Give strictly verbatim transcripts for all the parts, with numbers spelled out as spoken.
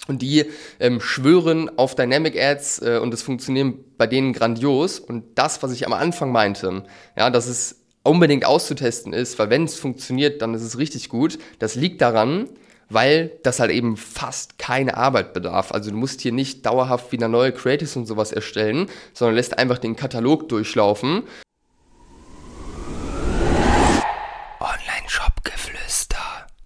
Und die ähm, schwören auf Dynamic Ads äh, und es funktioniert bei denen grandios. Und das, was ich am Anfang meinte, ja, dass es unbedingt auszutesten ist, weil wenn es funktioniert, dann ist es richtig gut. Das liegt daran, weil das halt eben fast keine Arbeit bedarf. Also du musst hier nicht dauerhaft wieder neue Creatives und sowas erstellen, sondern lässt einfach den Katalog durchlaufen. Online-Shop-Geflüster.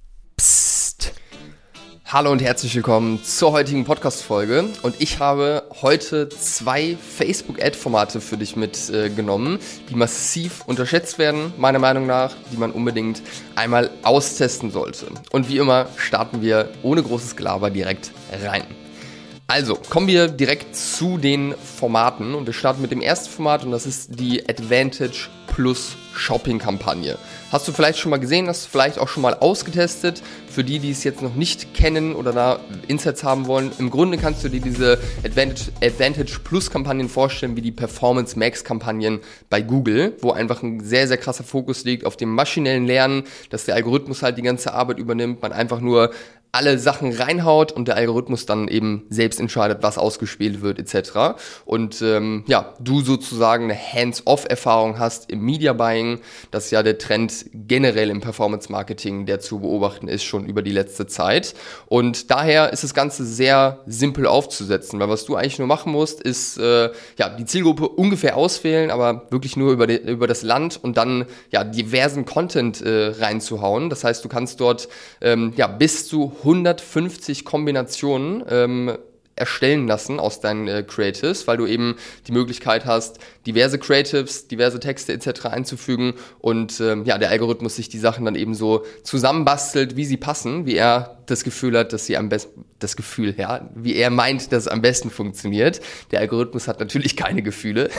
Psst. Hallo und herzlich willkommen zur heutigen Podcast-Folge. Und ich habe heute zwei Facebook-Ad-Formate für dich mitgenommen, äh, die massiv unterschätzt werden, meiner Meinung nach, die man unbedingt einmal austesten sollte. Und wie immer starten wir ohne großes Gelaber direkt rein. Also, kommen wir direkt zu den Formaten und wir starten mit dem ersten Format und das ist die Advantage Plus Shopping Kampagne. Hast du vielleicht schon mal gesehen, hast du vielleicht auch schon mal ausgetestet? Für die, die es jetzt noch nicht kennen oder da Insights haben wollen, im Grunde kannst du dir diese Advantage, Advantage Plus Kampagnen vorstellen wie die Performance Max Kampagnen bei Google, wo einfach ein sehr, sehr krasser Fokus liegt auf dem maschinellen Lernen, dass der Algorithmus halt die ganze Arbeit übernimmt, man einfach nur alle Sachen reinhaut und der Algorithmus dann eben selbst entscheidet, was ausgespielt wird et cetera. Und ähm, ja, du sozusagen eine Hands-off-Erfahrung hast im Media-Buying. Das ist ja der Trend generell im Performance-Marketing, der zu beobachten ist, schon über die letzte Zeit. Und daher ist das Ganze sehr simpel aufzusetzen, weil was du eigentlich nur machen musst, ist äh, ja die Zielgruppe ungefähr auswählen, aber wirklich nur über, die, über das Land und dann ja diversen Content äh, reinzuhauen. Das heißt, du kannst dort ähm, ja bis zu hundertfünfzig Kombinationen ähm, erstellen lassen aus deinen äh, Creatives, weil du eben die Möglichkeit hast, diverse Creatives, diverse Texte et cetera einzufügen und ähm, ja, der Algorithmus sich die Sachen dann eben so zusammenbastelt, wie sie passen, wie er das Gefühl hat, dass sie am besten, das Gefühl, ja, wie er meint, dass es am besten funktioniert. Der Algorithmus hat natürlich keine Gefühle.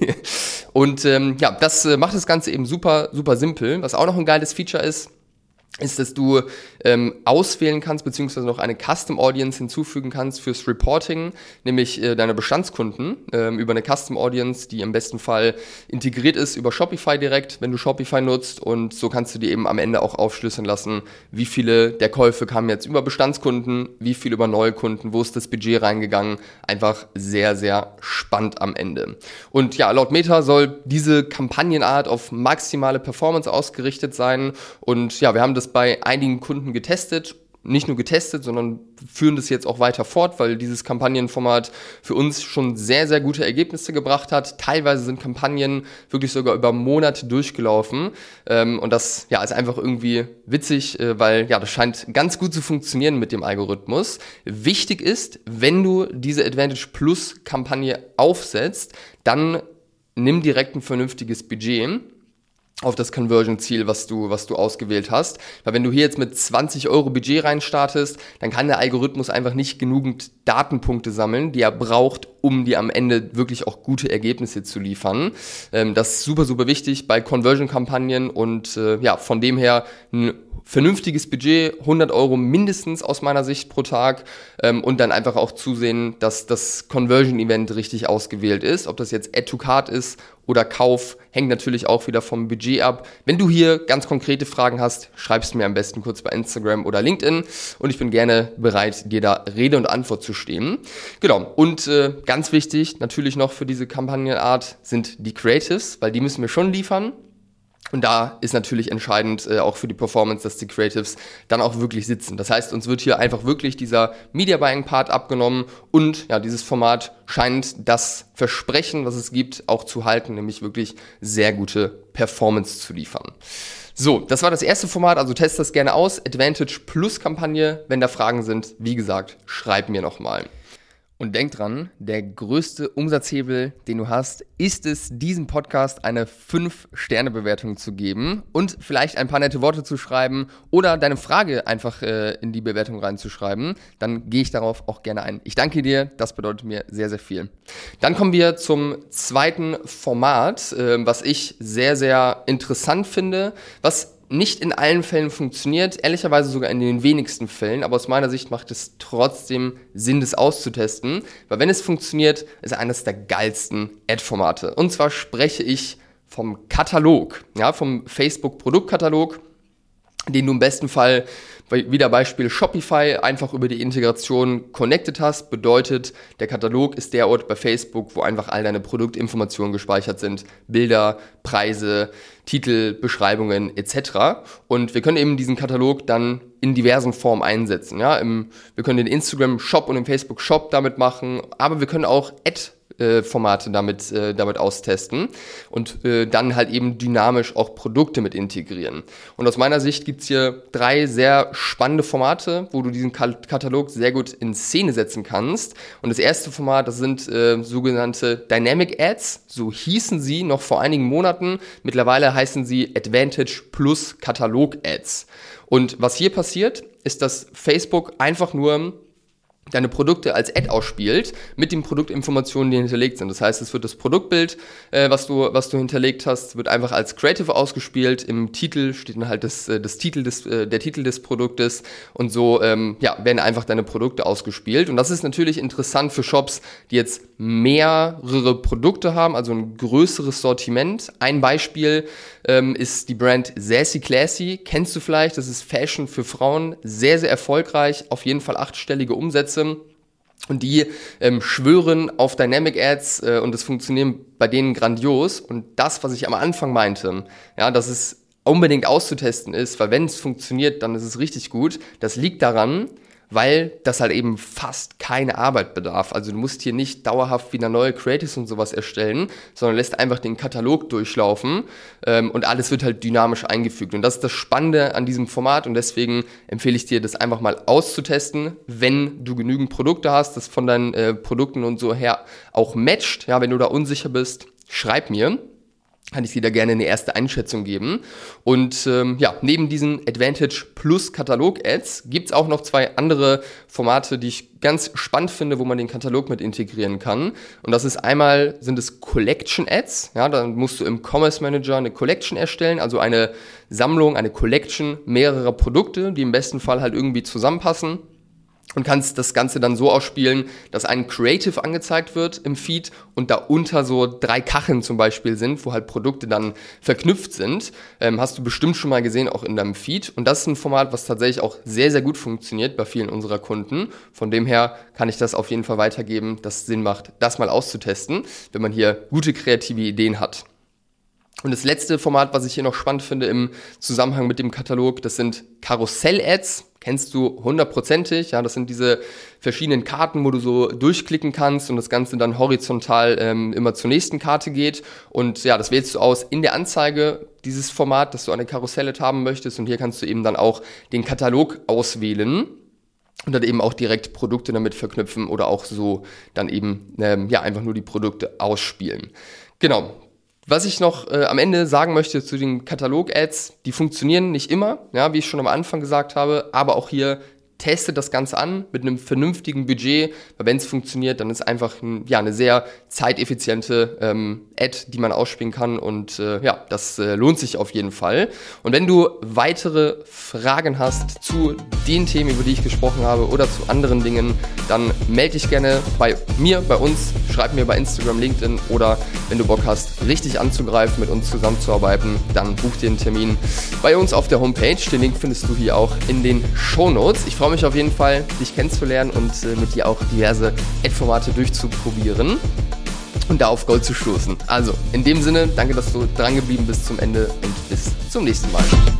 Und ähm, ja, das äh, macht das Ganze eben super, super simpel. Was auch noch ein geiles Feature ist, ist, dass du ähm, auswählen kannst, beziehungsweise noch eine Custom Audience hinzufügen kannst fürs Reporting, nämlich äh, deine Bestandskunden ähm, über eine Custom Audience, die im besten Fall integriert ist über Shopify direkt, wenn du Shopify nutzt, und so kannst du dir eben am Ende auch aufschlüsseln lassen, wie viele der Käufe kamen jetzt über Bestandskunden, wie viel über neue Kunden, wo ist das Budget reingegangen, einfach sehr, sehr spannend am Ende. Und ja, laut Meta soll diese Kampagnenart auf maximale Performance ausgerichtet sein und ja, wir haben das bei einigen Kunden getestet, nicht nur getestet, sondern führen das jetzt auch weiter fort, weil dieses Kampagnenformat für uns schon sehr, sehr gute Ergebnisse gebracht hat. Teilweise sind Kampagnen wirklich sogar über Monate durchgelaufen ähm, und das ja ist einfach irgendwie witzig, äh, weil ja das scheint ganz gut zu funktionieren mit dem Algorithmus. Wichtig ist, wenn du diese Advantage Plus Kampagne aufsetzt, dann nimm direkt ein vernünftiges Budget auf das Conversion-Ziel, was du, was du ausgewählt hast. Weil wenn du hier jetzt mit zwanzig Euro Budget reinstartest, dann kann der Algorithmus einfach nicht genügend Datenpunkte sammeln, die er braucht, um dir am Ende wirklich auch gute Ergebnisse zu liefern. Ähm, das ist super, super wichtig bei Conversion-Kampagnen und äh, ja, von dem her ein vernünftiges Budget, hundert Euro mindestens aus meiner Sicht pro Tag ähm, und dann einfach auch zusehen, dass das Conversion-Event richtig ausgewählt ist. Ob das jetzt Add to Cart ist oder Kauf, hängt natürlich auch wieder vom Budget ab. Wenn du hier ganz konkrete Fragen hast, schreibst du mir am besten kurz bei Instagram oder LinkedIn und ich bin gerne bereit, dir da Rede und Antwort zu stehen. Genau, und äh, ganz wichtig natürlich noch für diese Kampagnenart sind die Creatives, weil die müssen wir schon liefern. Und da ist natürlich entscheidend äh, auch für die Performance, dass die Creatives dann auch wirklich sitzen. Das heißt, uns wird hier einfach wirklich dieser Media Buying Part abgenommen und ja, dieses Format scheint das Versprechen, was es gibt, auch zu halten, nämlich wirklich sehr gute Performance zu liefern. So, das war das erste Format, also test das gerne aus. Advantage Plus Kampagne, wenn da Fragen sind, wie gesagt, schreib mir nochmal. Und denk dran, der größte Umsatzhebel, den du hast, ist es, diesem Podcast eine fünf Sterne Bewertung zu geben und vielleicht ein paar nette Worte zu schreiben oder deine Frage einfach äh, in die Bewertung reinzuschreiben. Dann gehe ich darauf auch gerne ein. Ich danke dir, das bedeutet mir sehr, sehr viel. Dann kommen wir zum zweiten Format, äh, was ich sehr, sehr interessant finde, was nicht in allen Fällen funktioniert, ehrlicherweise sogar in den wenigsten Fällen, aber aus meiner Sicht macht es trotzdem Sinn, das auszutesten, weil wenn es funktioniert, ist es eines der geilsten Ad-Formate. Und zwar spreche ich vom Katalog, ja, vom Facebook-Produktkatalog. den du im besten Fall, wieder Beispiel Shopify, einfach über die Integration connected hast. Bedeutet, der Katalog ist der Ort bei Facebook, wo einfach all deine Produktinformationen gespeichert sind. Bilder, Preise, Titel, Beschreibungen et cetera. Und wir können eben diesen Katalog dann in diversen Formen einsetzen. Ja, im, wir können den Instagram Shop und den Facebook Shop damit machen, aber wir können auch Ad Formate damit, äh, damit austesten und äh, dann halt eben dynamisch auch Produkte mit integrieren. Und aus meiner Sicht gibt's hier drei sehr spannende Formate, wo du diesen Katalog sehr gut in Szene setzen kannst. Und das erste Format, das sind äh, sogenannte Dynamic Ads, so hießen sie noch vor einigen Monaten. Mittlerweile heißen sie Advantage Plus Katalog Ads. Und was hier passiert, ist, dass Facebook einfach nur deine Produkte als Ad ausspielt mit den Produktinformationen, die hinterlegt sind. Das heißt, es wird das Produktbild, äh, was du was du hinterlegt hast, wird einfach als Creative ausgespielt. Im Titel steht dann halt das, das Titel des, äh, der Titel des Produktes und so ähm, ja, werden einfach deine Produkte ausgespielt. Und das ist natürlich interessant für Shops, die jetzt mehrere Produkte haben, also ein größeres Sortiment. Ein Beispiel ähm, ist die Brand Sassy Classy. Kennst du vielleicht? Das ist Fashion für Frauen. Sehr, sehr erfolgreich. Auf jeden Fall achtstellige Umsätze. Und die ähm, schwören auf Dynamic Ads äh, und das funktioniert bei denen grandios. Und das, was ich am Anfang meinte, ja, dass es unbedingt auszutesten ist, weil wenn es funktioniert, dann ist es richtig gut. Das liegt daran, weil das halt eben fast keine Arbeit bedarf. Also du musst hier nicht dauerhaft wieder neue Creatives und sowas erstellen, sondern lässt einfach den Katalog durchlaufen ähm, und alles wird halt dynamisch eingefügt. Und das ist das Spannende an diesem Format und deswegen empfehle ich dir, das einfach mal auszutesten, wenn du genügend Produkte hast, das von deinen äh, Produkten und so her auch matcht. Ja, wenn du da unsicher bist, schreib mir. Kann ich dir da gerne eine erste Einschätzung geben. Und ähm, ja, neben diesen Advantage Plus Katalog Ads gibt's auch noch zwei andere Formate, die ich ganz spannend finde, wo man den Katalog mit integrieren kann. Und das ist einmal, sind es Collection Ads. Ja, dann musst du im Commerce Manager eine Collection erstellen, also eine Sammlung, eine Collection mehrerer Produkte, die im besten Fall halt irgendwie zusammenpassen. Und kannst das Ganze dann so ausspielen, dass ein Creative angezeigt wird im Feed und darunter so drei Kacheln zum Beispiel sind, wo halt Produkte dann verknüpft sind. Ähm, hast du bestimmt schon mal gesehen, auch in deinem Feed. Und das ist ein Format, was tatsächlich auch sehr, sehr gut funktioniert bei vielen unserer Kunden. Von dem her kann ich das auf jeden Fall weitergeben, dass es Sinn macht, das mal auszutesten, wenn man hier gute kreative Ideen hat. Und das letzte Format, was ich hier noch spannend finde im Zusammenhang mit dem Katalog, das sind Karussell-Ads. Kennst du hundertprozentig, ja, das sind diese verschiedenen Karten, wo du so durchklicken kannst und das Ganze dann horizontal ähm, immer zur nächsten Karte geht. Und ja, das wählst du aus in der Anzeige, dieses Format, dass du eine Karussell-Ad haben möchtest. Und hier kannst du eben dann auch den Katalog auswählen und dann eben auch direkt Produkte damit verknüpfen oder auch so dann eben ähm, ja einfach nur die Produkte ausspielen. Genau. Was ich noch äh, am Ende sagen möchte zu den Katalog-Ads, die funktionieren nicht immer, ja, wie ich schon am Anfang gesagt habe, aber auch hier testet das Ganze an mit einem vernünftigen Budget, weil wenn es funktioniert, dann ist einfach ein, ja, eine sehr zeiteffiziente ähm, Ad, die man ausspielen kann und äh, ja, das äh, lohnt sich auf jeden Fall. Und wenn du weitere Fragen hast zu den Themen, über die ich gesprochen habe oder zu anderen Dingen, dann melde dich gerne bei mir, bei uns, schreib mir bei Instagram, LinkedIn oder wenn du Bock hast, richtig anzugreifen, mit uns zusammenzuarbeiten, dann buch dir einen Termin bei uns auf der Homepage. Den Link findest du hier auch in den Shownotes. Ich freue mich auf jeden Fall, dich kennenzulernen und äh, mit dir auch diverse Ad-Formate durchzuprobieren und da auf Gold zu stoßen. Also, in dem Sinne, danke, dass du dran geblieben bist zum Ende und bis zum nächsten Mal.